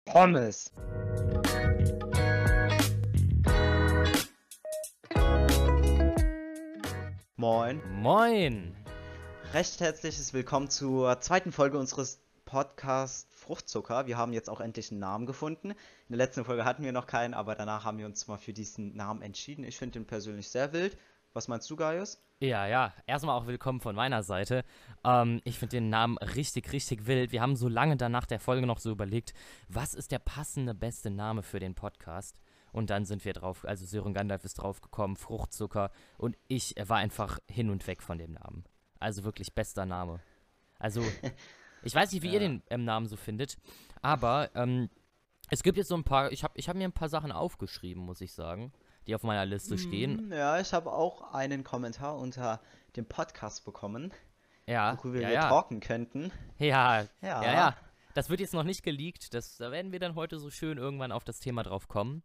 Pommes. Moin. Moin! Recht herzliches Willkommen zur zweiten Folge unseres Podcasts Fruchtzucker. Wir haben jetzt auch endlich einen Namen gefunden. In der letzten Folge hatten wir noch keinen, aber danach haben wir uns mal für diesen Namen entschieden. Ich finde den persönlich sehr wild. Was meinst du, Gaius? Ja. Erstmal auch willkommen von meiner Seite. Ich finde den Namen richtig, richtig wild. Wir haben so lange danach der Folge noch so überlegt, was ist der passende, beste Name für den Podcast? Und dann sind wir drauf, also Sören Gandalf ist drauf gekommen, Fruchtzucker. Und ich war einfach hin und weg von dem Namen. Also wirklich bester Name. Also, ich weiß nicht, wie ihr den Namen so findet, aber es gibt jetzt so ein paar, ich hab mir ein paar Sachen aufgeschrieben, muss ich sagen, die auf meiner Liste stehen. Ja, ich habe auch einen Kommentar unter dem Podcast bekommen, Ja, worüber wir ja. talken könnten. Ja. Ja. Das wird jetzt noch nicht geleakt. Da werden wir dann heute so schön irgendwann auf das Thema drauf kommen.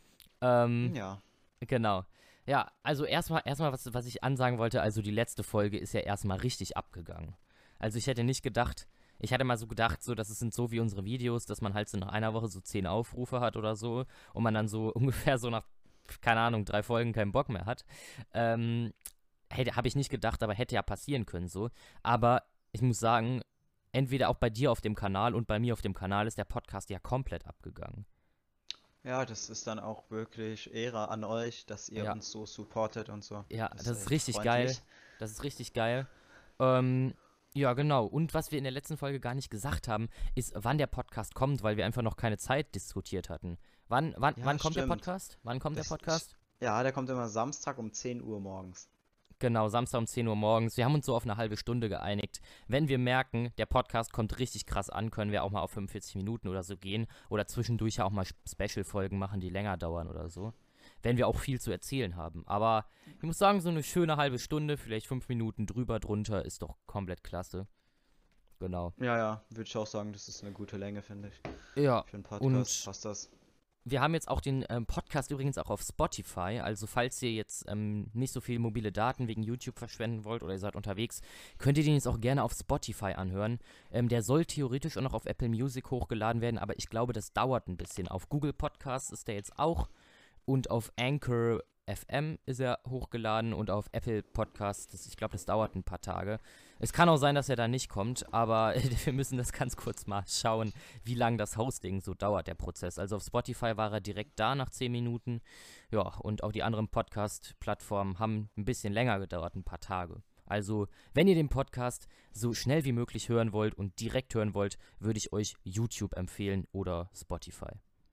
Ja. Genau. Ja, also erstmal was ich ansagen wollte, also die letzte Folge ist ja erstmal richtig abgegangen. Also ich hatte mal so gedacht, so, das sind so wie unsere Videos, dass man halt so nach einer Woche so 10 Aufrufe hat oder so und man dann so ungefähr so nach, keine Ahnung, 3 Folgen keinen Bock mehr hat. Habe ich nicht gedacht, aber hätte ja passieren können so. Aber ich muss sagen, entweder auch bei dir auf dem Kanal und bei mir auf dem Kanal ist der Podcast ja komplett abgegangen. Ja, das ist dann auch wirklich Ehre an euch, dass ihr Ja, uns so supportet und so. ja, Das das ist ist echt richtig geil. freundlich. Das ist richtig geil. Ähm, ja, genau. Und was wir in der letzten Folge gar nicht gesagt haben, ist, wann der Podcast kommt, weil wir einfach noch keine Zeit diskutiert hatten. Wann Ja, kommt der stimmt. Podcast? Wann kommt der Das, Podcast? ja, der kommt immer Samstag um 10 Uhr morgens. Genau, Samstag um 10 Uhr morgens. Wir haben uns so auf eine halbe Stunde geeinigt. Wenn wir merken, der Podcast kommt richtig krass an, können wir auch mal auf 45 Minuten oder so gehen. Oder zwischendurch ja auch mal Special-Folgen machen, die länger dauern oder so. Wenn wir auch viel zu erzählen haben. Aber ich muss sagen, so eine schöne halbe Stunde, vielleicht 5 Minuten drüber, drunter, ist doch komplett klasse. Genau. Ja, würde ich auch sagen, das ist eine gute Länge, finde ich. Ja, Für einen Podcast und passt das. wir haben jetzt auch den Podcast übrigens auch auf Spotify. Also falls ihr jetzt nicht so viel mobile Daten wegen YouTube verschwenden wollt oder ihr seid unterwegs, könnt ihr den jetzt auch gerne auf Spotify anhören. Der soll theoretisch auch noch auf Apple Music hochgeladen werden, aber ich glaube, das dauert ein bisschen. Auf Google Podcasts ist der jetzt auch und auf Anchor FM ist er hochgeladen und auf Apple Podcasts, ich glaube, das dauert ein paar Tage. Es kann auch sein, dass er da nicht kommt, aber wir müssen das ganz kurz mal schauen, wie lange das Hosting so dauert, der Prozess. Also auf Spotify war er direkt da nach 10 Minuten. Ja, und auch die anderen Podcast-Plattformen haben ein bisschen länger gedauert, ein paar Tage. Also, wenn ihr den Podcast so schnell wie möglich hören wollt und direkt hören wollt, würde ich euch YouTube empfehlen oder Spotify.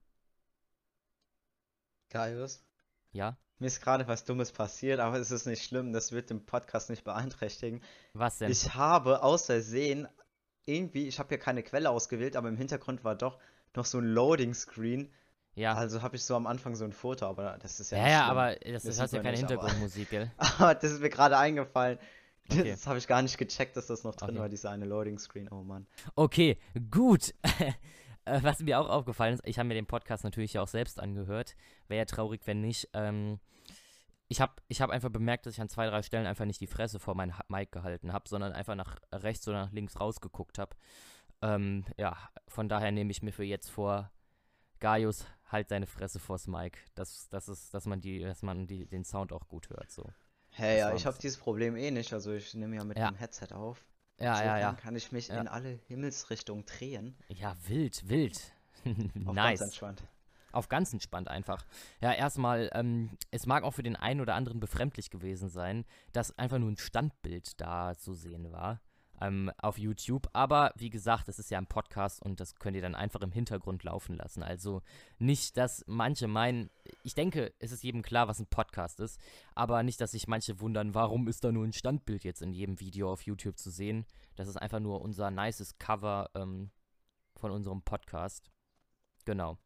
Gaius, Ja? mir ist gerade was Dummes passiert, aber es ist nicht schlimm, das wird den Podcast nicht beeinträchtigen. Was denn? Ich habe aus Versehen irgendwie, ich habe hier keine Quelle ausgewählt, aber im Hintergrund war doch noch so ein Loading Screen. Ja. Also habe ich so am Anfang so ein Foto, aber das ist ja Ja, nicht ja, schlimm. aber das Das hat sieht ja man keine nicht, aber, Hintergrundmusik, gell? aber das ist mir gerade eingefallen. Okay, Das habe ich gar nicht gecheckt, dass das noch drin okay. war, dieser eine Loading Screen. Oh Mann. Okay, gut. Was mir auch aufgefallen ist, ich habe mir den Podcast natürlich ja auch selbst angehört. Wäre ja traurig, wenn nicht. Ich hab einfach bemerkt, dass ich an 2, 3 Stellen einfach nicht die Fresse vor mein Mic gehalten habe, sondern einfach nach rechts oder nach links rausgeguckt habe. Ja, von daher nehme ich mir für jetzt vor, Gaius, halt deine Fresse vors Mic. Dass man den Sound auch gut hört. So. Hey, Das ja, war ich ein habe bisschen. dieses Problem eh nicht. Also ich nehme ja mit Ja, einem Headset auf. ja. Insofern kann ich mich Ja, in alle Himmelsrichtungen drehen. ja, wild, wild. Auf ganz Nice. entspannt. Auf ganz entspannt einfach. Ja, erstmal, es mag auch für den einen oder anderen befremdlich gewesen sein, dass einfach nur ein Standbild da zu sehen war auf YouTube. Aber wie gesagt, es ist ja ein Podcast und das könnt ihr dann einfach im Hintergrund laufen lassen. Also nicht, dass manche meinen, ich denke, es ist jedem klar, was ein Podcast ist, aber nicht, dass sich manche wundern, warum ist da nur ein Standbild jetzt in jedem Video auf YouTube zu sehen. Das ist einfach nur unser nices Cover von unserem Podcast. Genau.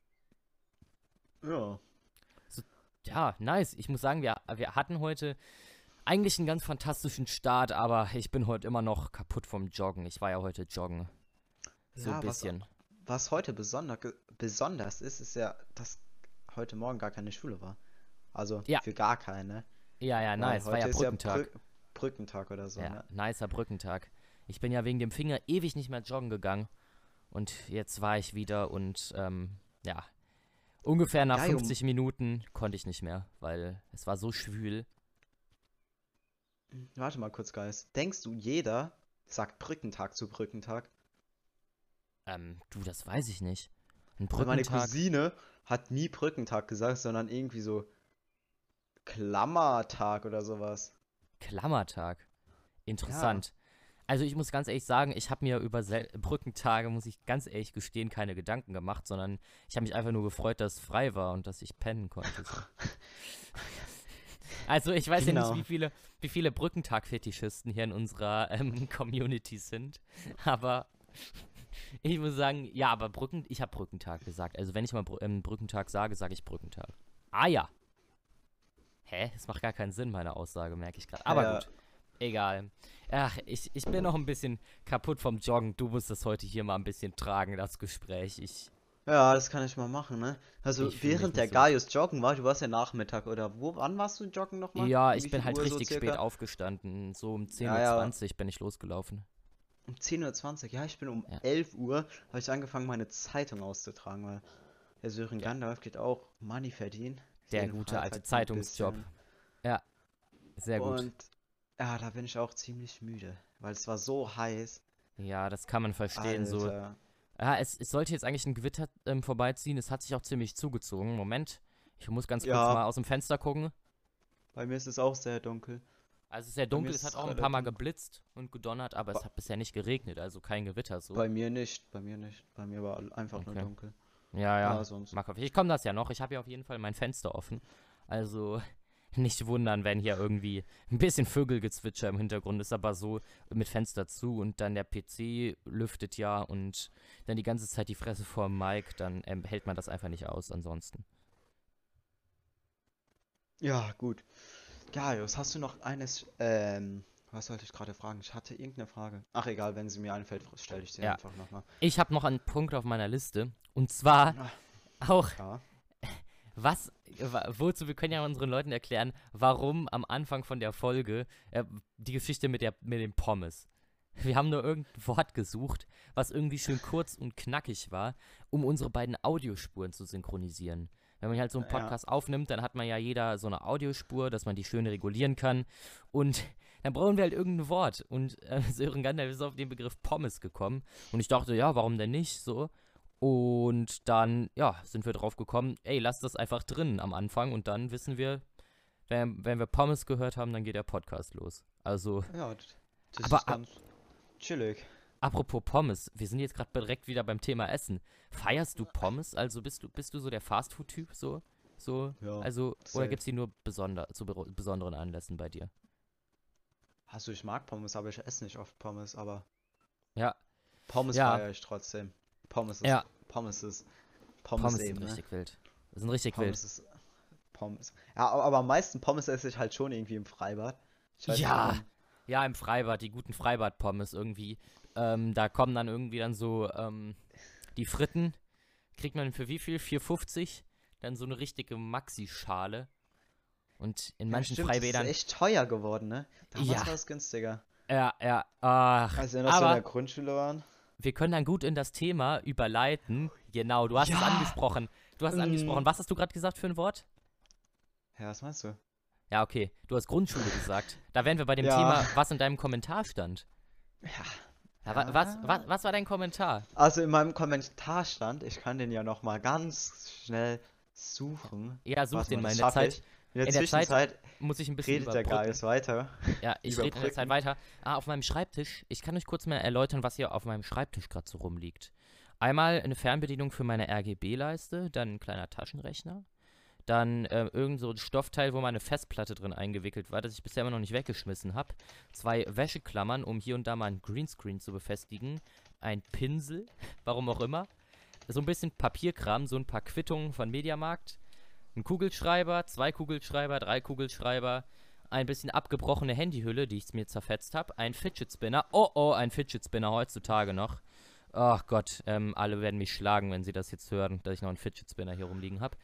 Ja. So, ja, nice. Ich muss sagen, wir hatten heute eigentlich einen ganz fantastischen Start, aber ich bin heute immer noch kaputt vom Joggen. Ich war ja heute joggen. So ein Ja, bisschen. was heute besonders ist, ist ja, dass heute Morgen gar keine Schule war. Also Ja, für gar keine. ja, Weil nice. War ja heute ist ja Brückentag. Brückentag oder so, Ja, ne? nicer Brückentag. Ich bin ja wegen dem Finger ewig nicht mehr joggen gegangen. Und jetzt war ich wieder und ja, ungefähr nach Ja, 50 Minuten konnte ich nicht mehr, weil es war so schwül. warte mal kurz, Guys. Denkst du, jeder sagt Brückentag zu Brückentag? Du, das weiß ich nicht. Ein Weil meine Brückentag, Cousine hat nie Brückentag gesagt, sondern irgendwie so Klammertag oder sowas. Klammertag. Ja, Interessant. Also ich muss ganz ehrlich sagen, ich habe mir über Brückentage, muss ich ganz ehrlich gestehen, keine Gedanken gemacht, sondern ich habe mich einfach nur gefreut, dass es frei war und dass ich pennen konnte. So. Also ich weiß ja nicht, genau. wie viele Brückentag-Fetischisten hier in unserer Community sind, aber ich muss sagen, ja, aber ich habe Brückentag gesagt. Also wenn ich mal Brückentag sage, sage ich Brückentag. Ah ja. Hä? Das macht gar keinen Sinn, meine Aussage, merke ich gerade. Aber Ja, gut. Egal. Ach, ich bin noch ein bisschen kaputt vom Joggen. Du musst das heute hier mal ein bisschen tragen, das Gespräch. ja, das kann ich mal machen, ne? Also Ich fühle mich während nicht der so gut. Gaius joggen war, du warst ja Nachmittag oder wann warst du joggen nochmal? Ja, Um ich wie bin viel halt Uhr so richtig spät circa? aufgestanden. So um 10:20 Ja, Uhr ja, zwanzig bin ich losgelaufen. um 10:20 Uhr. Ja, ich bin um Ja, 11 Uhr, habe ich angefangen, meine Zeitung auszutragen, weil der Sören ja. Gandalf geht auch Money verdienen. Der Seine gute alte Freizeit so ein Zeitungsjob. bisschen. Ja, sehr gut. Und ja, da bin ich auch ziemlich müde, weil es war so heiß. Ja, das kann man verstehen. So, Alter. ja, es sollte jetzt eigentlich ein Gewitter vorbeiziehen. Es hat sich auch ziemlich zugezogen. Moment, ich muss ganz kurz mal Ja, aus dem Fenster gucken. bei mir ist es auch sehr dunkel. Also es ist sehr Bei mir dunkel, ist es hat es auch ein paar Mal relativ. geblitzt und gedonnert, aber es Ba- hat bisher nicht geregnet, also kein Gewitter so. Bei mir nicht, bei mir nicht. Bei mir war einfach nur Okay. dunkel. Ja, Ja, ja. sonst. Mag auf. Ich komme das ja noch. Ich habe ja auf jeden Fall mein Fenster offen. Also nicht wundern, wenn hier irgendwie ein bisschen Vögelgezwitscher im Hintergrund ist, aber so mit Fenster zu und dann der PC lüftet ja und dann die ganze Zeit die Fresse vor dem Mic, dann hält man das einfach nicht aus ansonsten. Ja, gut. Gaius, hast du noch eines, was sollte ich gerade fragen? Ich hatte irgendeine Frage. Ach, egal, wenn sie mir einfällt, stelle ich sie Ja. einfach nochmal. Ich habe noch einen Punkt auf meiner Liste und zwar Ah, auch ja. wozu wir können ja unseren Leuten erklären, warum am Anfang von der Folge die Geschichte mit dem Pommes. Wir haben nur irgendein Wort gesucht, was irgendwie schön kurz und knackig war, um unsere beiden Audiospuren zu synchronisieren. Wenn man halt so einen Ja. Podcast aufnimmt, dann hat man ja jeder so eine Audiospur, dass man die schön regulieren kann. Und dann brauchen wir halt irgendein Wort. Und Sören Gandalf ist auf den Begriff Pommes gekommen. Und ich dachte, ja, warum denn nicht so? Und dann, ja, sind wir drauf gekommen, ey, lass das einfach drin am Anfang und dann wissen wir, wenn wir Pommes gehört haben, dann geht der Podcast los. Also, Ja, das aber ist ganz chillig. apropos Pommes, wir sind jetzt gerade direkt wieder beim Thema Essen. Feierst du Pommes? Also bist du so der Fastfood-Typ Ja, also, oder safe. gibt's die nur zu besonderen Anlässen bei dir? Also ich mag Pommes, aber ich esse nicht oft Pommes, aber Ja, Pommes ja, feiere ich trotzdem. Pommes ist, ja, Pommes ist, Pommes Pommes eben, sind ne? richtig wild. Sind richtig wild. Pommes ist, Pommes. Ja, aber am meisten Pommes esse ich halt schon irgendwie im Freibad. Ich weiß nicht Ja, warum. ja, im Freibad, die guten Freibad-Pommes irgendwie. Da kommen dann irgendwie dann so, die Fritten, kriegt man für wie viel? 4,50? Dann so eine richtige Maxi-Schale. Und in Ja, manchen stimmt, das ist Freibädern, echt teuer geworden, ne? Damals ja, war es günstiger. ja, ach. Als wir noch so in der Aber Grundschule waren. wir können dann gut in das Thema überleiten. Genau, du hast es Ja! angesprochen. Du hast es Mm. angesprochen. Was hast du gerade gesagt für ein Wort? Ja, was meinst du? Ja, okay, du hast Grundschule gesagt. Da wären wir bei dem Ja. Thema, was in deinem Kommentar stand. Ja. Ja, Ja. was war dein Kommentar? Also in meinem Kommentar stand, ich kann den ja noch mal ganz schnell suchen. Ja, such Warte den mal, mal. das In der schaffe Zeit, ich. In der in der Zeit Zwischenzeit muss ich ein bisschen redet der überbrücken. Gaius weiter. Ja, ich rede in der Zeit Überbrücken. weiter. Auf meinem Schreibtisch, ich kann euch kurz mal erläutern, was hier auf meinem Schreibtisch gerade so rumliegt. Einmal eine Fernbedienung für meine RGB-Leiste, dann ein kleiner Taschenrechner, dann irgend so ein Stoffteil, wo meine Festplatte drin eingewickelt war, das ich bisher immer noch nicht weggeschmissen habe. 2 Wäscheklammern, um hier und da mal ein Greenscreen zu befestigen. Ein Pinsel, warum auch immer. So ein bisschen Papierkram, so ein paar Quittungen von Mediamarkt. Ein Kugelschreiber, 2 Kugelschreiber, 3 Kugelschreiber, ein bisschen abgebrochene Handyhülle, die ich mir zerfetzt habe, ein Fidget Spinner. Oh, ein Fidget Spinner heutzutage noch. Ach Gott, alle werden mich schlagen, wenn sie das jetzt hören, dass ich noch einen Fidget Spinner hier rumliegen habe.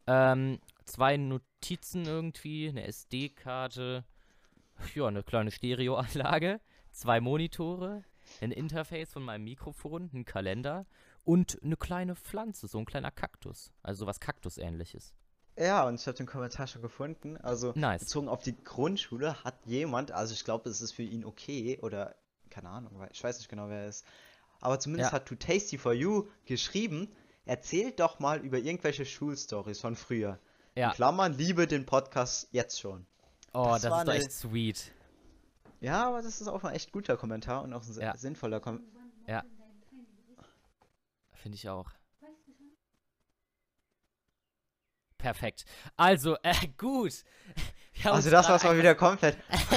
2 Notizen irgendwie, eine SD-Karte, ja, eine kleine Stereoanlage, 2 Monitore, ein Interface von meinem Mikrofon, ein Kalender und eine kleine Pflanze, so ein kleiner Kaktus. Also was Kaktusähnliches. Ja, und ich habe den Kommentar schon gefunden. Also Nice. bezogen auf die Grundschule hat jemand, also ich glaube, es ist für ihn okay, oder keine Ahnung, ich weiß nicht genau, wer er ist. Aber zumindest Ja, hat Too Tasty for You geschrieben, erzählt doch mal über irgendwelche Schulstories von früher. In ja. Klammern, liebe den Podcast jetzt schon. Oh, Das das war ist doch eine, echt sweet. ja, aber das ist auch ein echt guter Kommentar und auch ein Ja, sinnvoller Kommentar. ja, finde ich auch. Perfekt. Also, gut. Wir haben Also uns das gerade war's mal wieder komplett.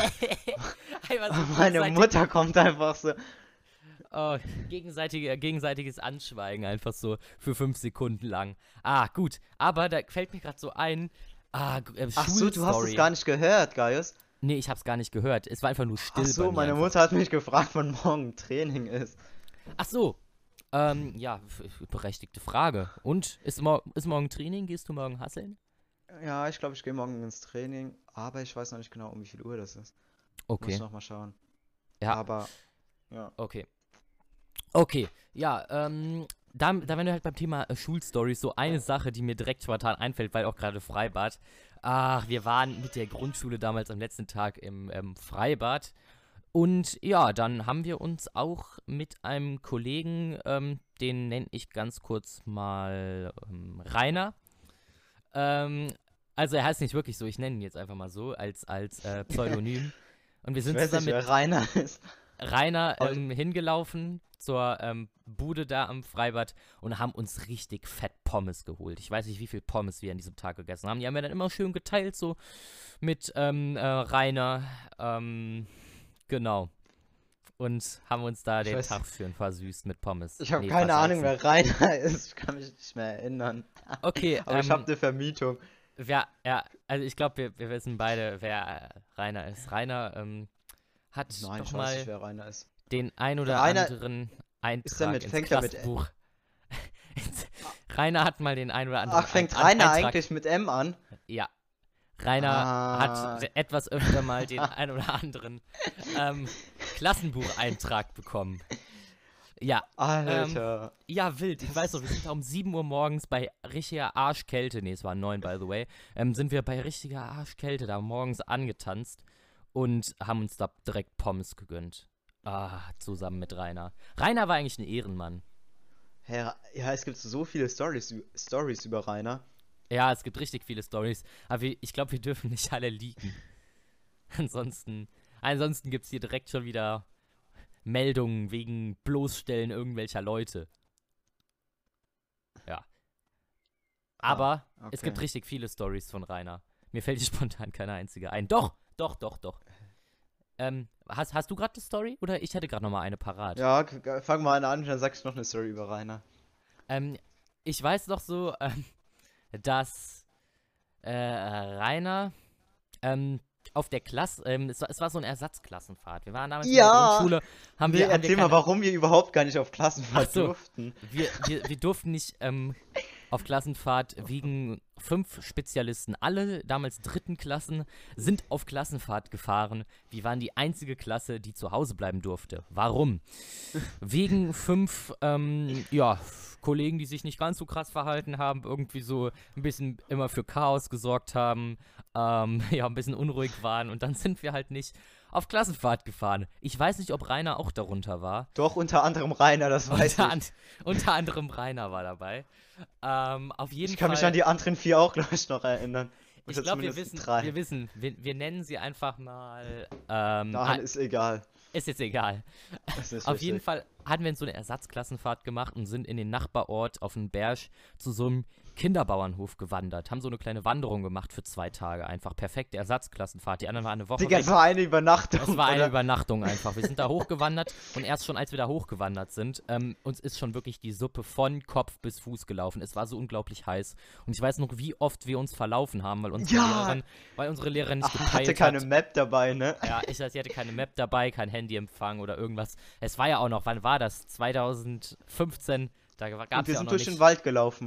einmal so Meine gegenseitig, Mutter kommt einfach so. oh, gegenseitiges Anschweigen einfach so für 5 Sekunden lang. Ah, gut. Aber da fällt mir gerade so ein, Ach so, du hast es Schulstory. gar nicht gehört, Gaius. Nee, ich hab's gar nicht gehört. Es war einfach nur Ach still bei so, mir meine einfach. Mutter hat mich gefragt, wann morgen Training ist. Ach so. Ja, berechtigte Frage. Und ist morgen Training? Gehst du morgen hasseln? Ja, ich glaube, ich gehe morgen ins Training, aber ich weiß noch nicht genau, um wie viel Uhr das ist. Muss ich Okay. noch mal schauen. Ja, Aber, ja. okay. Okay. Ja, da wenn du halt beim Thema Schulstories, so eine Sache, die mir direkt spontan einfällt, weil auch gerade Freibad. Ach, wir waren mit der Grundschule damals am letzten Tag im Freibad. Und ja, dann haben wir uns auch mit einem Kollegen, den nenne ich ganz kurz mal Rainer. Ähm, also er heißt nicht wirklich so, ich nenne ihn jetzt einfach mal so, als Pseudonym. Und wir Ich sind weiß zusammen nicht, mit wer Rainer ist. Rainer Aber hingelaufen zur Bude da am Freibad und haben uns richtig fett Pommes geholt. Ich weiß nicht, wie viel Pommes wir an diesem Tag gegessen haben. Die haben wir dann immer schön geteilt, so mit Rainer. Genau. Und haben uns da ich den weiß, Tag schön versüßt mit Pommes. ich habe Nee, keine Ahnung, versalzen. wer Rainer ist. Ich kann mich nicht mehr erinnern. Okay, Aber ich habe eine Vermietung. ja, also ich glaube, wir wissen beide, wer Rainer ist. Rainer hat Nein, doch ich weiß nicht, mal wer Rainer ist. den ein oder Rainer, anderen ist der Eintrag mit, ins fängt er mit, Klassenbuch. Rainer hat mal den ein oder anderen ach, fängt Rainer Eintrag. eigentlich mit M an? Ja, Rainer Ah, hat etwas öfter mal den ein oder anderen Klassenbucheintrag bekommen. Ja, Alter. ja, wild. Ich weiß noch, wir sind da um 7 Uhr morgens bei richtiger Arschkälte, nee, es war 9, by the way, sind wir bei richtiger Arschkälte da morgens angetanzt und haben uns da direkt Pommes gegönnt. Zusammen mit Rainer. Rainer war eigentlich ein Ehrenmann. Ja, es gibt so viele Stories über Rainer. Ja, es gibt richtig viele Stories, aber ich glaube, wir dürfen nicht alle leaken. Ansonsten gibt es hier direkt schon wieder Meldungen wegen Bloßstellen irgendwelcher Leute. Ja. Ah, Aber es gibt okay. richtig viele Stories von Rainer. Mir fällt hier spontan keine einzige ein. Doch. Hast du gerade eine Story? Oder ich hätte gerade noch mal eine parat. Ja, fang mal an, dann sag ich noch eine Story über Rainer. Ähm, ich weiß noch so, dass Rainer auf der Klasse, es war so eine Ersatzklassenfahrt. Wir waren damals in der Ja! Grundschule, haben Nee, wir erzähl mal, keine, warum wir überhaupt gar nicht auf ach Klassenfahrt so, durften. wir durften nicht auf Klassenfahrt wegen 5 Spezialisten. Alle damals 3. Klassen sind auf Klassenfahrt gefahren. Wir waren die einzige Klasse, die zu Hause bleiben durfte. Warum? Wegen 5, ja, Kollegen, die sich nicht ganz so krass verhalten haben, irgendwie so ein bisschen immer für Chaos gesorgt haben, ja, ein bisschen unruhig waren und dann sind wir halt nicht auf Klassenfahrt gefahren. Ich weiß nicht, ob Rainer auch darunter war. Doch, unter anderem Rainer, das weiß Unter, ich. an, unter anderem Rainer war dabei. Auf jeden Ich kann mich an Fall, die anderen 4 auch, glaube ich, noch erinnern. ich Oder glaube, zumindest 3. wir nennen sie einfach mal, Nein, ist egal. ist jetzt egal. Ist nicht Auf jeden wichtig. Fall hatten wir so eine Ersatzklassenfahrt gemacht und sind in den Nachbarort auf den Berg zu so einem Kinderbauernhof gewandert. Haben so eine kleine Wanderung gemacht für 2 Tage einfach. Perfekte Ersatzklassenfahrt. Die anderen waren eine Woche Digga, weg. es war eine Übernachtung, Es war eine oder? Übernachtung einfach. Wir sind da hochgewandert und erst schon als wir da hochgewandert sind, uns ist schon wirklich die Suppe von Kopf bis Fuß gelaufen. Es war so unglaublich heiß. Und ich weiß noch, wie oft wir uns verlaufen haben, Ja! weil unsere Lehrerin nicht Ach, hatte gepeilt keine hat. Map dabei, ne? Ja, sie hatte keine Map dabei, kein Handyempfang oder irgendwas. Es war ja auch noch, wann war das? 2015? Da gab Und es wir ja auch sind noch durch den nicht. Wald gelaufen.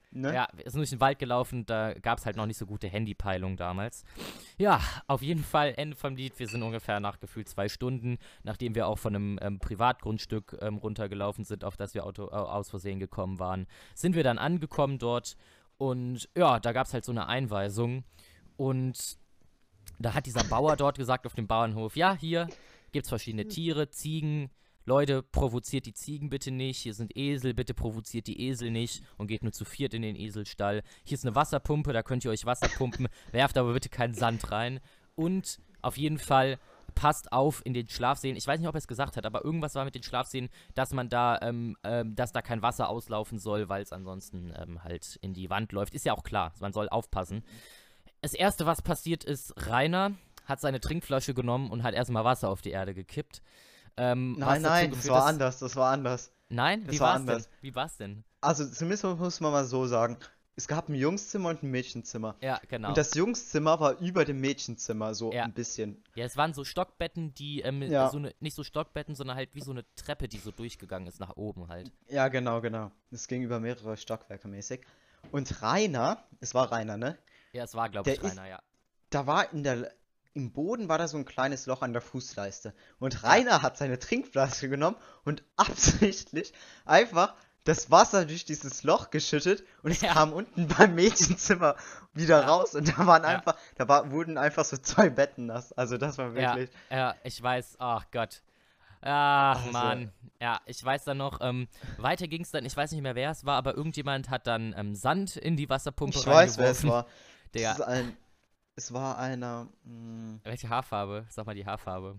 Ne? Ja, wir sind durch den Wald gelaufen, da gab es halt noch nicht so gute Handypeilung damals. Ja, auf jeden Fall, Ende vom Lied, wir sind ungefähr nach gefühlt 2 Stunden, nachdem wir auch von einem Privatgrundstück runtergelaufen sind, auf das wir aus Versehen gekommen waren, sind wir dann angekommen dort und ja, da gab es halt so eine Einweisung und da hat dieser Bauer dort gesagt auf dem Bauernhof, ja, hier gibt es verschiedene Tiere, Ziegen. Leute, provoziert die Ziegen bitte nicht. Hier sind Esel, bitte provoziert die Esel nicht und geht nur zu viert in den Eselstall. Hier ist eine Wasserpumpe, da könnt ihr euch Wasser pumpen. Werft aber bitte keinen Sand rein. Und auf jeden Fall passt auf in den Schlafseen. Ich weiß nicht, ob er es gesagt hat, aber irgendwas war mit den Schlafseen, dass man da, dass da kein Wasser auslaufen soll, weil es ansonsten halt in die Wand läuft. Ist ja auch klar, man soll aufpassen. Das Erste, was passiert ist, Rainer hat seine Trinkflasche genommen und hat erstmal Wasser auf die Erde gekippt. Nein, das war anders. Nein? Wie war's denn? Wie war's denn? Also zumindest muss man mal so sagen, es gab ein Jungszimmer und ein Mädchenzimmer. Ja, genau. Und das Jungszimmer war über dem Mädchenzimmer, so Ja. ein bisschen. Ja, es waren so Stockbetten, die, Ja. nicht so Stockbetten, sondern halt wie so eine Treppe, die so durchgegangen ist nach oben halt. Ja, genau. Das ging über mehrere Stockwerke mäßig. Und Rainer, es war Rainer, ne? Ja, es war, glaube Der ich, Rainer, ja. Da war im Boden war da so ein kleines Loch an der Fußleiste. Und Rainer hat seine Trinkflasche genommen und absichtlich einfach das Wasser durch dieses Loch geschüttet und es Ja. kam unten beim Mädchenzimmer wieder Ja. raus und da waren Ja. wurden einfach so 2 Betten nass. Also das war wirklich. Ja, ich weiß, ach Gott. Ach, Also- Mann. Ja, ich weiß dann noch, weiter ging es dann, ich weiß nicht mehr, wer es war, aber irgendjemand hat dann Sand in die Wasserpumpe Ich weiß, wer es reingeworfen. war. Der, Es war einer. welche Haarfarbe? Sag mal die Haarfarbe.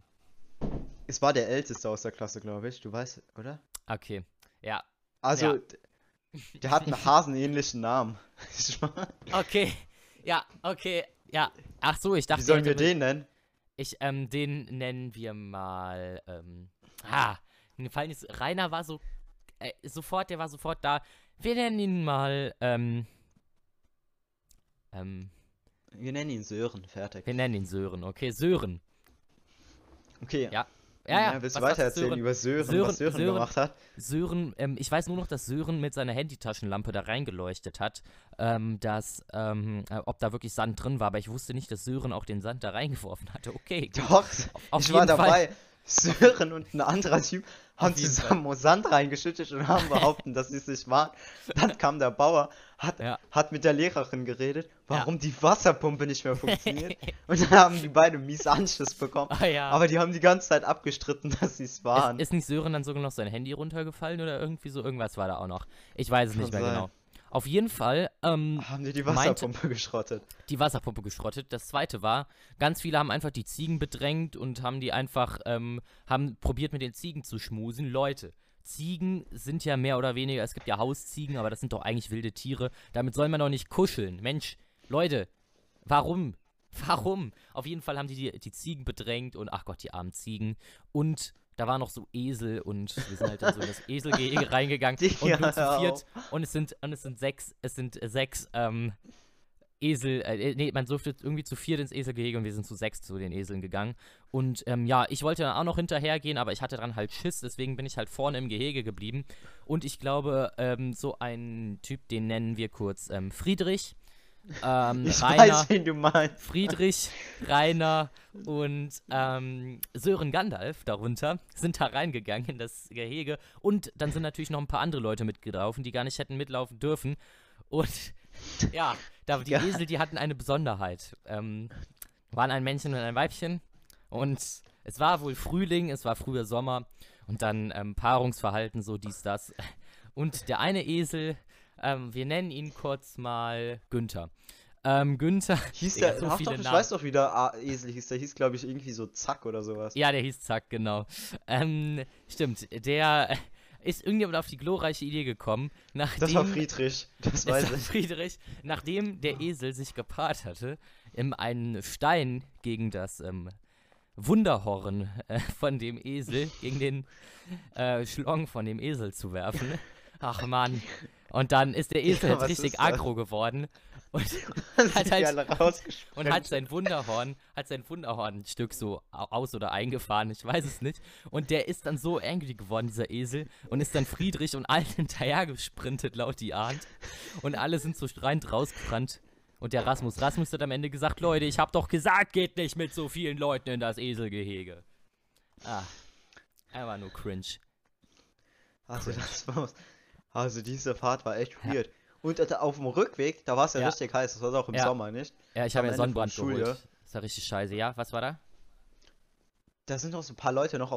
Es war der Älteste aus der Klasse, glaube ich. Du weißt, oder? Okay, ja. Also, Ja. der hat einen hasenähnlichen Namen. Ich mein, Okay, ja, okay, ja. Ach so, ich dachte, Wie sollen wir hätte- den nennen? den nennen wir mal, mir fallen jetzt, Rainer war so, der war sofort da. Wir nennen ihn mal, Wir nennen ihn Sören, fertig. wir nennen ihn Sören, okay, Sören. Okay. Ja. Ja, willst du was weiter sagst du, erzählen über Sören, was Sören gemacht hat? Sören, ich weiß nur noch, dass Sören mit seiner Handytaschenlampe da reingeleuchtet hat, ob da wirklich Sand drin war, aber ich wusste nicht, dass Sören auch den Sand da reingeworfen hatte. Okay, gut. Doch, Auf ich war jeden Fall. dabei. Sören und ein anderer Typ haben Auf jeden zusammen Sand reingeschüttet und haben behauptet, dass sie es nicht waren. Dann kam der Bauer, Ja. hat mit der Lehrerin geredet, warum die Wasserpumpe nicht mehr funktioniert. Und dann haben die beide mies Anschluss bekommen. Ah ja. Aber die haben die ganze Zeit abgestritten, dass sie es waren. Ist nicht Sören dann sogar noch sein Handy runtergefallen oder irgendwie so? Irgendwas war da auch noch. Ich weiß es nicht mehr sein. genau. Auf jeden Fall, Haben die Wasserpumpe geschrottet. die Wasserpumpe geschrottet. Das zweite war, ganz viele haben einfach die Ziegen bedrängt und haben die einfach, haben probiert mit den Ziegen zu schmusen. Leute, Ziegen sind ja mehr oder weniger, es gibt ja Hausziegen, aber das sind doch eigentlich wilde Tiere. Damit soll man doch nicht kuscheln. Mensch, Leute, warum? Warum? Auf jeden Fall haben die Ziegen bedrängt und, ach Gott, die armen Ziegen. Und da waren noch so Esel und wir sind halt dann so in das Eselgehege reingegangen und nur zu viert. Und es sind sechs Esel, nee, man durfte irgendwie zu viert ins Eselgehege und wir sind zu 6 zu den Eseln gegangen. Und ja, ich wollte dann auch noch hinterhergehen, aber ich hatte dann halt Schiss, deswegen bin ich halt vorne im Gehege geblieben. Und ich glaube, so ein Typ, den nennen wir kurz Friedrich. Ich Rainer, weiß, wen du meinst. Friedrich, Rainer und Sören Gandalf darunter sind da reingegangen in das Gehege. Und dann sind natürlich noch ein paar andere Leute mitgelaufen, die gar nicht hätten mitlaufen dürfen. Und ja, die Esel, die hatten eine Besonderheit. Waren ein Männchen und ein Weibchen. Und es war wohl Frühling, es war früher Sommer. Und dann Paarungsverhalten, so dies, das. Und der eine Esel, wir nennen ihn kurz mal Günther. Günther. Hieß Digga, der, so ach viele doch, ich Namen. weiß doch, wie der Esel hieß. Der hieß, glaube ich, irgendwie so Zack oder sowas. Ja, der hieß Zack, genau. Stimmt, der ist irgendjemand auf die glorreiche Idee gekommen, Das war Friedrich, das weiß ich. Friedrich, nachdem der Esel sich gepaart hatte, einen Stein gegen das Wunderhorn von dem Esel, gegen den Schlong von dem Esel zu werfen. Ach Mann, Und dann ist der Esel Ja, jetzt was richtig ist das? aggro geworden und Dann hat sind die halt alle rausgesprengt. und hat sein Wunderhorn ein Stück so aus oder eingefahren, ich weiß es nicht. Und der ist dann so angry geworden, dieser Esel, und ist dann Friedrich und allen hinterher gesprintet, laut die Ahnt. Und alle sind so schreiend rausgerannt. Und der Rasmus hat am Ende gesagt, Leute, ich hab doch gesagt, geht nicht mit so vielen Leuten in das Eselgehege. Ah, er war nur cringe. Also, Cringe. also diese Fahrt war echt Ja. weird. Und auf dem Rückweg, da war es ja Ja. richtig heiß, das war auch im Ja. Sommer, nicht? Ja, ich Am habe mir Ende vom Sonnenbrand Schuljahr. geholt. Das war richtig scheiße. Ja, was war da? Da sind doch so ein paar Leute noch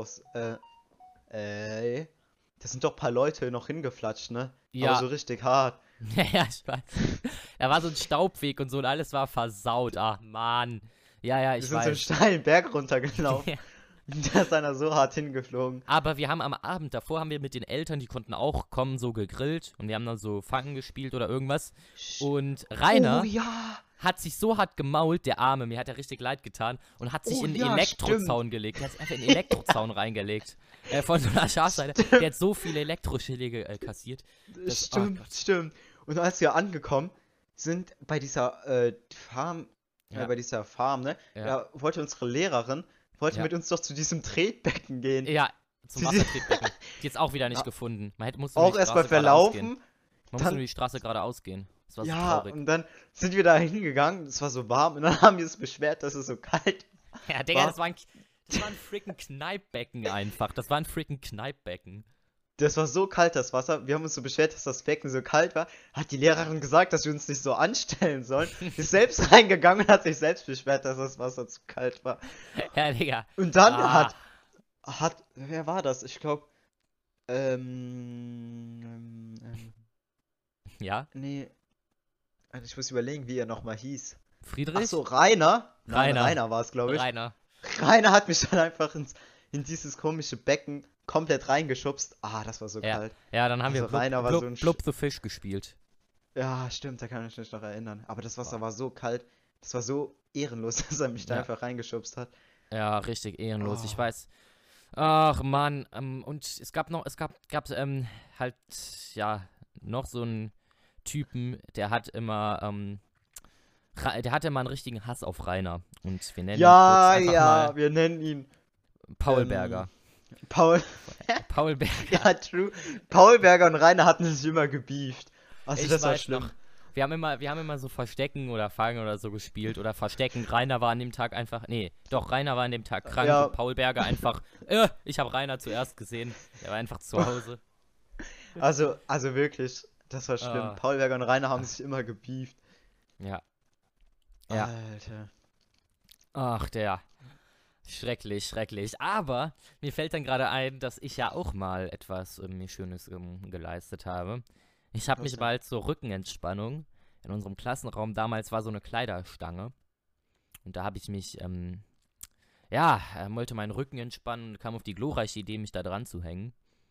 da sind doch ein paar Leute noch hingeflatscht, ne? Ja. Aber so richtig hart. Ja, ich weiß. Da war so ein Staubweg und so und alles war versaut. Ach, Mann. Ja, Wir ich sind so einen weiß. steilen Berg runtergelaufen. Da ist einer so hart hingeflogen. Aber wir haben am Abend davor haben wir mit den Eltern, die konnten auch kommen, so gegrillt und wir haben dann so Fangen gespielt oder irgendwas. Und Rainer Oh ja! hat sich so hart gemault, der Arme, mir hat er richtig leid getan und hat sich Oh in einen ja, Elektrozaun gelegt. Der hat sich einfach in einen Elektrozaun reingelegt. Von so einer Schafseite. Der hat so viele Elektroschläge kassiert. Das- oh Stimmt, Gott. stimmt. Und als wir angekommen sind bei dieser Farm, Ja. bei dieser Farm, ne? Ja. Ja, wollte unsere Lehrerin, wollte Ja. mit uns doch zu diesem Tretbecken gehen. Ja, zum Sie- Wassertriebbecken. Die jetzt auch wieder nicht Ja. gefunden. Musste nur Auch die erstmal Straße geradeaus gehen. verlaufen. Man musste dann- nur die Straße geradeaus gehen. Das war so Ja, traurig. und dann sind wir da hingegangen, es war so warm und dann haben wir uns beschwert, dass es so kalt Ja, Digga, war- das war ein freaking Kneippbecken einfach. Das war ein freaking Kneippbecken. Das war so kalt, das Wasser. Wir haben uns so beschwert, dass das Becken so kalt war. Hat die Lehrerin gesagt, dass wir uns nicht so anstellen sollen. Ist selbst reingegangen und hat sich selbst beschwert, dass das Wasser zu kalt war. Ja, Digga. Und dann Ah. wer war das? Ich glaube, Ja? nee. Ich muss überlegen, wie er nochmal hieß. Friedrich? Ach so, Rainer. Nein, Rainer. Rainer war es, glaube ich. Rainer. Rainer hat mich dann einfach in dieses komische Becken komplett reingeschubst. Ah, das war so Ja. kalt. Ja, dann haben Also wir Rainer war Blub, so ein Blub the Fish gespielt. Ja, stimmt, da kann ich mich noch erinnern. Aber das Wasser Boah. war so kalt, das war so ehrenlos, dass er mich da Ja. einfach reingeschubst hat. Ja, richtig ehrenlos, ich Oh. weiß. Ach, Mann. Und es gab halt, ja, noch so einen Typen, der hat immer, der hatte immer einen richtigen Hass auf Rainer. Und wir nennen Ja, ihn kurz einfach ja, mal wir nennen ihn Paul ähm, Berger. Paul. Paul Berger. Ja, true. Paul Berger und Rainer hatten sich immer gebieft. Also Ich das war weiß schlimm. noch. Wir haben immer so Verstecken oder Fangen oder so gespielt oder Verstecken. Rainer war an dem Tag einfach, Rainer war an dem Tag krank Ja. und Paul Berger einfach, ich habe Rainer zuerst gesehen. Er war einfach zu Hause. Also wirklich, das war schlimm. Ah. Paul Berger und Rainer haben sich immer gebieft. Ja. Ja. Alter. Ach, der. Schrecklich, schrecklich. Aber mir fällt dann gerade ein, dass ich ja auch mal etwas mir Schönes geleistet habe. Ich habe Was mich denn? mal zur Rückenentspannung in unserem Klassenraum, damals war so eine Kleiderstange. Und da habe ich mich, wollte meinen Rücken entspannen und kam auf die glorreiche Idee, mich da dran zu hängen.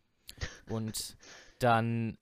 Und dann,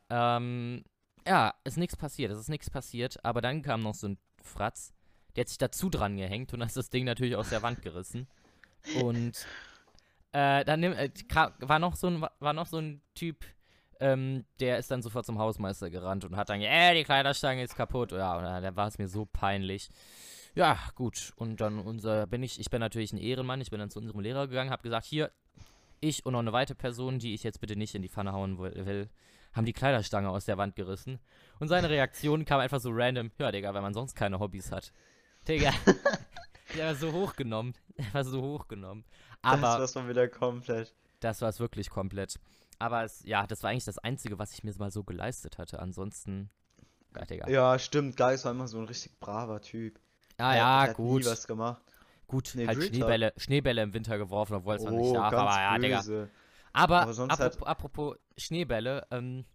ist nichts passiert, es ist nichts passiert. Aber dann kam noch so ein Fratz, der hat sich dazu dran gehängt und dann ist das Ding natürlich aus der Wand gerissen. Und dann war noch so ein Typ, der ist dann sofort zum Hausmeister gerannt und hat dann, die Kleiderstange ist kaputt. Ja, und da war es mir so peinlich. Ja, gut. Und dann ich bin natürlich ein Ehrenmann, ich bin dann zu unserem Lehrer gegangen, habe gesagt, hier, ich und noch eine weitere Person, die ich jetzt bitte nicht in die Pfanne hauen will, haben die Kleiderstange aus der Wand gerissen. Und seine Reaktion kam einfach so random, ja, Digga, wenn man sonst keine Hobbys hat. Digga. Der war so hochgenommen. Das Aber war's mal wieder komplett. das war es wirklich komplett. Aber das war eigentlich das Einzige, was ich mir mal so geleistet hatte. Ansonsten, ja, Digga. Ja, stimmt, Geis war immer so ein richtig braver Typ. Ah, Er ja, hat nie gut. was gemacht. Gut, Nee, halt Real Talk. Schneebälle im Winter geworfen, obwohl es man nicht Oh, darf. ganz Aber ja, Digga. böse. Aber Aber sonst apropos Schneebälle,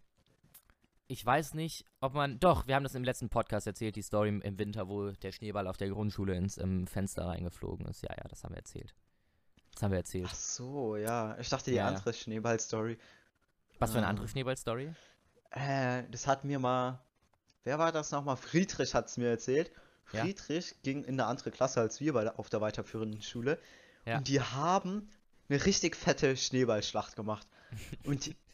ich weiß nicht, ob man. Doch, wir haben das im letzten Podcast erzählt, die Story im Winter, wo der Schneeball auf der Grundschule ins Fenster reingeflogen ist. Ja, das haben wir erzählt. Ach so, ja. Ich dachte, die Ja, ja. andere Schneeball-Story. Was für eine Ah. andere Schneeball-Story? Das hat mir mal. Wer war das nochmal? Friedrich hat es mir erzählt. Ja. Friedrich ging in eine andere Klasse als wir auf der weiterführenden Schule. Ja. Und die haben eine richtig fette Schneeballschlacht gemacht. Und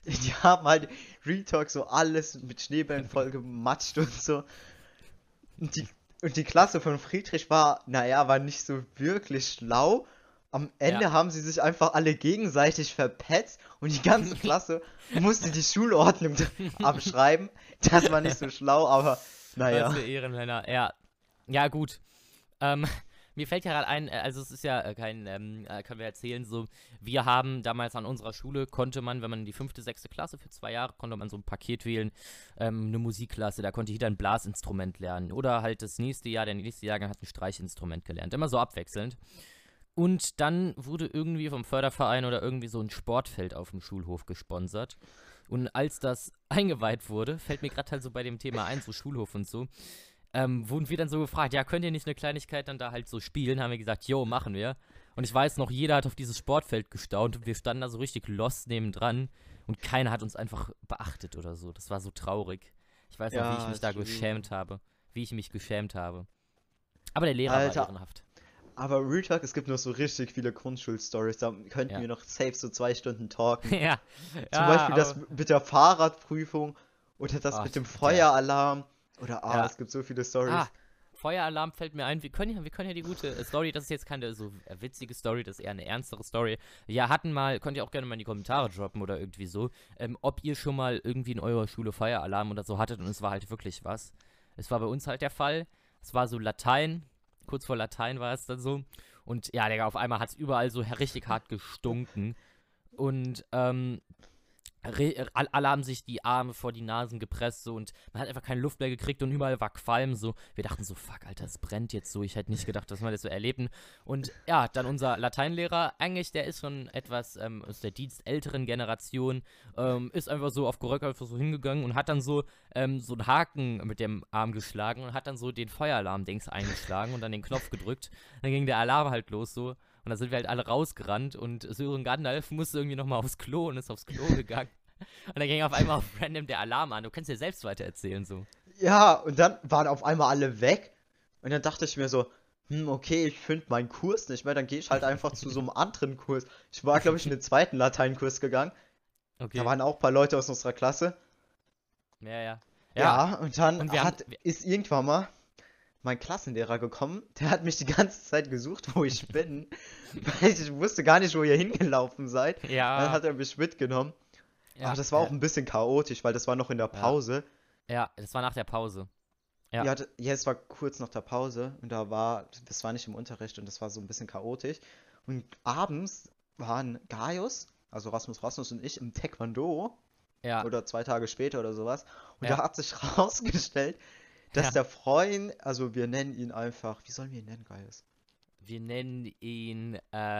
Die haben halt Real Talk so alles mit Schneebällen voll gematscht und so. Und die Klasse von Friedrich war nicht so wirklich schlau. Am Ja. Ende haben sie sich einfach alle gegenseitig verpetzt und die ganze Klasse musste die Schulordnung abschreiben. Das war nicht so schlau, aber Was naja. für Ehrenmänner. Ja. Ja, gut. Ähm, mir fällt ja gerade ein, also es ist ja können wir erzählen, so, wir haben damals an unserer Schule, konnte man, wenn man in die 5., 6. Klasse für 2 Jahre, konnte man so ein Paket wählen, eine Musikklasse, da konnte jeder ein Blasinstrument lernen. Oder halt das nächste Jahr, der nächste Jahrgang hat ein Streichinstrument gelernt. Immer so abwechselnd. Und dann wurde irgendwie vom Förderverein oder irgendwie so ein Sportfeld auf dem Schulhof gesponsert. Und als das eingeweiht wurde, fällt mir gerade halt so bei dem Thema ein, so Schulhof und so, wurden wir dann so gefragt, ja, könnt ihr nicht eine Kleinigkeit dann da halt so spielen? Haben wir gesagt, jo, machen wir. Und ich weiß noch, jeder hat auf dieses Sportfeld gestaunt und wir standen da so richtig lost nebendran und keiner hat uns einfach beachtet oder so. Das war so traurig. Ich weiß noch, wie ich mich da geschämt habe. Wie ich mich geschämt habe. Aber der Lehrer Alter, war ehrenhaft. aber Real Talk, es gibt noch so richtig viele Grundschul-Stories, da könnten Ja. wir noch safe so 2 Stunden talken. Ja. Zum Beispiel das mit der Fahrradprüfung oder das mit dem Feueralarm. Oder, Ja. es gibt so viele Stories. Feueralarm fällt mir ein. Wir können ja die gute Story, das ist jetzt keine so witzige Story, das ist eher eine ernstere Story. Ja, könnt ihr auch gerne mal in die Kommentare droppen oder irgendwie so, ob ihr schon mal irgendwie in eurer Schule Feueralarm oder so hattet und es war halt wirklich was. Es war bei uns halt der Fall. Es war so Latein, kurz vor Latein war es dann so. Und ja, Digga, auf einmal hat es überall so richtig hart gestunken. Und, alle haben sich die Arme vor die Nasen gepresst so und man hat einfach keine Luft mehr gekriegt und überall war Qualm so. Wir dachten so, fuck, Alter, es brennt jetzt so. Ich hätte nicht gedacht, dass wir das so erleben. Und ja, dann unser Lateinlehrer, eigentlich, der ist schon etwas aus der dienstälteren Generation, ist einfach so auf Geröck einfach so hingegangen und hat dann so einen Haken mit dem Arm geschlagen und hat dann so den Feueralarm-Dings eingeschlagen und dann den Knopf gedrückt. Dann ging der Alarm halt los so. Und da sind wir halt alle rausgerannt und Sören Gandalf musste irgendwie nochmal aufs Klo und ist aufs Klo gegangen. Und dann ging auf einmal auf random der Alarm an. Du kannst dir selbst weiter erzählen, so. Ja, und dann waren auf einmal alle weg. Und dann dachte ich mir so, okay, ich finde meinen Kurs nicht mehr, dann gehe ich halt einfach zu so einem anderen Kurs. Ich war, glaube ich, in den 2. Lateinkurs gegangen. Okay. Da waren auch ein paar Leute aus unserer Klasse. Ja. Ja, und dann Und ist irgendwann mal mein Klassenlehrer gekommen. Der hat mich die ganze Zeit gesucht, wo ich bin. Weil ich wusste gar nicht, wo ihr hingelaufen seid. Ja. Dann hat er mich mitgenommen. Ja, Aber das war auch ein bisschen chaotisch, weil das war noch in der Pause. Ja, das war nach der Pause. Ja. Ja, es war kurz nach der Pause und das war nicht im Unterricht und das war so ein bisschen chaotisch. Und abends waren Gaius, also Rasmus und ich im Taekwondo Ja. oder 2 Tage später oder sowas. Und Ja. da hat sich rausgestellt, dass Ja. der Freund, also wir nennen ihn einfach, wie sollen wir ihn nennen, Gaius? Wir nennen ihn,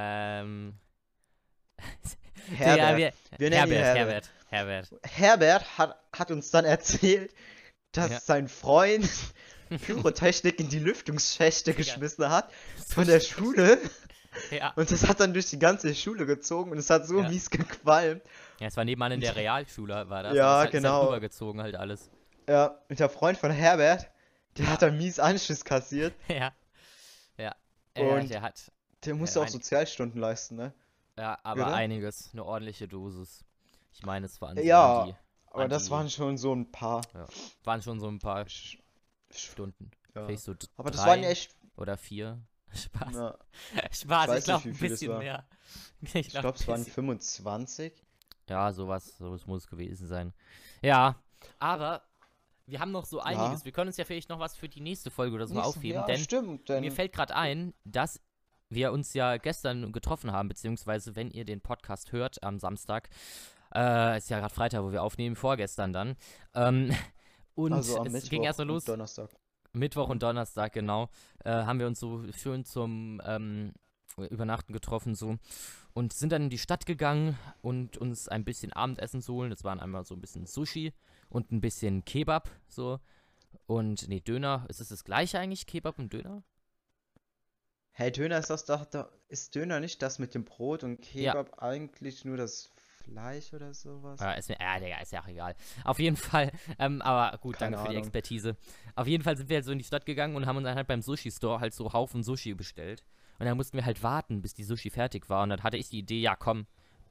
Herbert. Ja, Wir nennen ihn Herbert. Herbert. Herbert hat uns dann erzählt, dass Ja. sein Freund Pyrotechnik in die Lüftungsschächte geschmissen hat von der Schule. Ja. Und das hat dann durch die ganze Schule gezogen und es hat so Ja. mies gequalmt. Ja, es war nebenan in der Realschule, war das. Ja, Und es ist genau. halt rübergezogen halt alles. Ja, und der Freund von Herbert, der hat dann mies Anschiss kassiert. Ja. Ja. Und Der hat, der musste auch Sozialstunden leisten, ne? ja, aber Oder? einiges. Eine ordentliche Dosis. Ich meine, es waren Ja, so aber das waren schon so ein paar waren schon so ein paar Sch- Stunden. ja. Vielleicht so Aber das 3 waren echt. oder 4. Spaß. Ja, Spaß, weiß ich glaube nicht, wie ein viel es bisschen war. mehr. ich glaube, es waren 25. Ja, sowas muss es gewesen sein. Ja, aber wir haben noch so einiges. Wir können uns ja vielleicht noch was für die nächste Folge oder so aufheben, Ja, denn stimmt. Denn mir fällt gerade ein, dass wir uns ja gestern getroffen haben, beziehungsweise wenn ihr den Podcast hört am Samstag, ist ja gerade Freitag, wo wir aufnehmen, vorgestern dann. Und also am es Mittwoch ging erst mal und los. Donnerstag. Mittwoch und Donnerstag, genau, haben wir uns so schön zum Übernachten getroffen so und sind dann in die Stadt gegangen und uns ein bisschen Abendessen zu holen. Das waren einmal so ein bisschen Sushi und ein bisschen Kebab so und nee, Döner. Ist es das gleiche eigentlich, Kebab und Döner? Hey, Döner ist das doch, ist Döner nicht das mit dem Brot und Kebab eigentlich nur das Fleisch oder sowas? Ja, Digga, ist ja auch egal. Auf jeden Fall, aber gut, Keine danke für die Ahnung. Expertise. Auf jeden Fall sind wir halt so in die Stadt gegangen und haben uns dann halt beim Sushi-Store halt so Haufen Sushi bestellt. Und dann mussten wir halt warten, bis die Sushi fertig war. Und dann hatte ich die Idee, ja komm,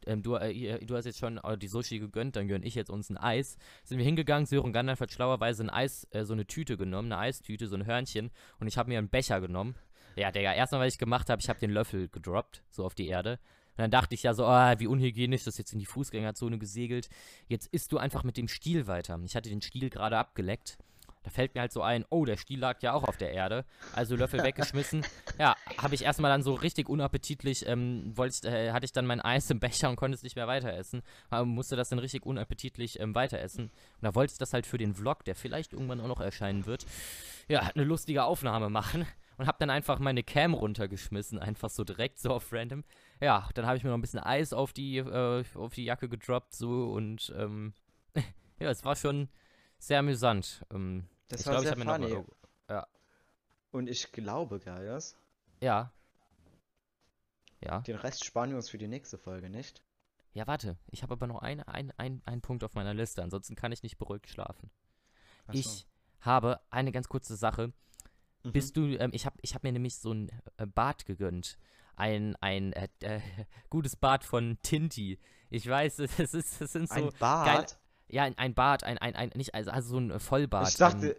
du hast jetzt schon die Sushi gegönnt, dann gönn ich jetzt uns ein Eis. Sind wir hingegangen, Sören Gandalf hat schlauerweise ein Eis, so eine Tüte genommen, eine Eistüte, so ein Hörnchen, und ich habe mir einen Becher genommen. Ja, Digga, erstmal, was ich gemacht habe, ich habe den Löffel gedroppt, so auf die Erde. Und dann dachte ich ja so, wie unhygienisch, das ist jetzt in die Fußgängerzone gesegelt. Jetzt isst du einfach mit dem Stiel weiter. Ich hatte den Stiel gerade abgeleckt. Da fällt mir halt so ein, oh, der Stiel lag ja auch auf der Erde. Also Löffel weggeschmissen. Ja, habe ich erstmal dann so richtig unappetitlich, hatte ich dann mein Eis im Becher und konnte es nicht mehr weiter essen. Musste das dann richtig unappetitlich weiter essen. Und da wollte ich das halt für den Vlog, der vielleicht irgendwann auch noch erscheinen wird, ja, eine lustige Aufnahme machen. Und habe dann einfach meine Cam runtergeschmissen, einfach so direkt, so auf random. Ja, dann habe ich mir noch ein bisschen Eis auf die Jacke gedroppt, so, und ja, es war schon sehr amüsant. Das war sehr funny. Ja. Und ich glaube, Gaius, Ja. Ja. den Rest sparen wir uns für die nächste Folge, nicht? Ja, warte. Ich habe aber noch einen Punkt auf meiner Liste, ansonsten kann ich nicht beruhigt schlafen. Ach so. Ich habe eine ganz kurze Sache. Bist du, ich hab mir nämlich so ein Bad gegönnt. Ein gutes Bad von Tinti. Ich weiß, es sind so Ein Bad? geil. Ja, ein Bad, nicht, also so ein Vollbad. Ich dachte,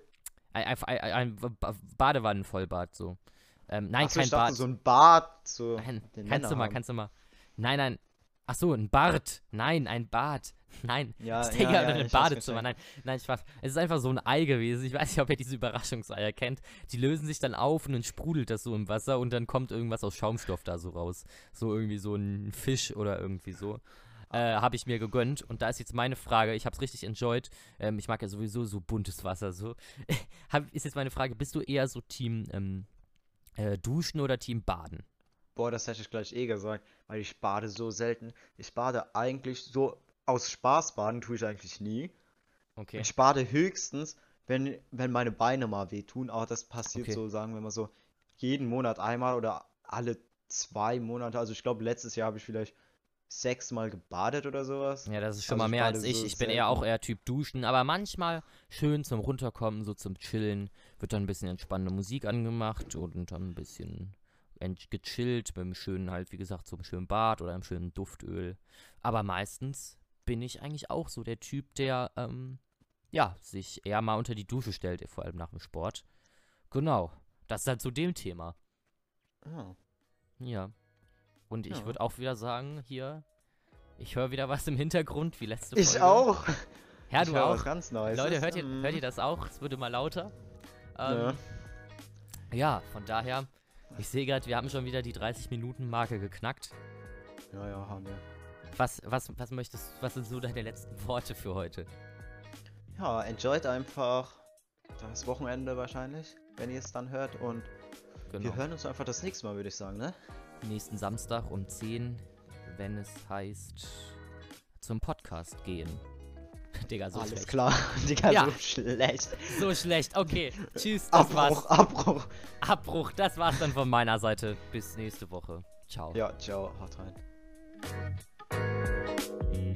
ein Badewannenvollbad, so. Nein, ach so, kein ich dachte, Bad. so ein Bad, so Nein, den kannst du Männer mal. haben. Nein. Ach so, ein Bad. Nein, ein Bad. Nein, Ja, das ja, Digga, ja, oder ein ich hab's Badezimmer. gecheckt. Nein, Spaß. Es ist einfach so ein Ei gewesen. Ich weiß nicht, ob ihr diese Überraschungseier kennt. Die lösen sich dann auf und dann sprudelt das so im Wasser und dann kommt irgendwas aus Schaumstoff da so raus. So irgendwie so ein Fisch oder irgendwie so. Habe ich mir gegönnt. Und da ist jetzt meine Frage. Ich habe es richtig enjoyed. Ich mag ja sowieso so buntes Wasser. So. Ist jetzt meine Frage, bist du eher so Team Duschen oder Team Baden? Boah, das hätte ich gleich gesagt, weil ich bade so selten. Ich bade eigentlich so, aus Spaß baden tue ich eigentlich nie. Okay. Ich bade höchstens, wenn meine Beine mal wehtun, aber das passiert Okay. so, sagen wir mal so, jeden Monat einmal oder alle 2 Monate. Also ich glaube, letztes Jahr habe ich vielleicht 6-mal gebadet oder sowas. Ja, das ist schon Also mal ich mehr bade als ich. so Ich bin selten. eher auch eher Typ Duschen, aber manchmal schön zum Runterkommen, so zum Chillen. Wird dann ein bisschen entspannende Musik angemacht und dann ein bisschen gechillt mit einem schönen, halt, wie gesagt, so einem schönen Bad oder einem schönen Duftöl. Aber meistens bin ich eigentlich auch so der Typ, der, ja, sich eher mal unter die Dusche stellt, vor allem nach dem Sport. Genau. Das ist halt zu dem Thema. Ah, Ja. Und ich Ja. würde auch wieder sagen, hier, ich höre wieder was im Hintergrund, wie letzte ich Folge. auch. Ja, Ich du höre auch. was ganz Neues. Leute, hört ihr das auch? Es wird immer lauter. Ja. Ja, von daher, ich sehe gerade, wir haben schon wieder die 30-Minuten-Marke geknackt. Ja, haben wir. Was sind so deine letzten Worte für heute? Ja, enjoyt einfach das Wochenende wahrscheinlich, wenn ihr es dann hört. Und Genau. wir hören uns einfach das nächste Mal, würde ich sagen, ne? Nächsten Samstag um 10, wenn es heißt, zum Podcast gehen. Digga, so Alles schlecht. klar. Digga, Ja. so schlecht. So schlecht, okay. Tschüss, das war's. Abbruch. Abbruch, das war's dann von meiner Seite. Bis nächste Woche. Ciao. Ja, ciao, haut rein.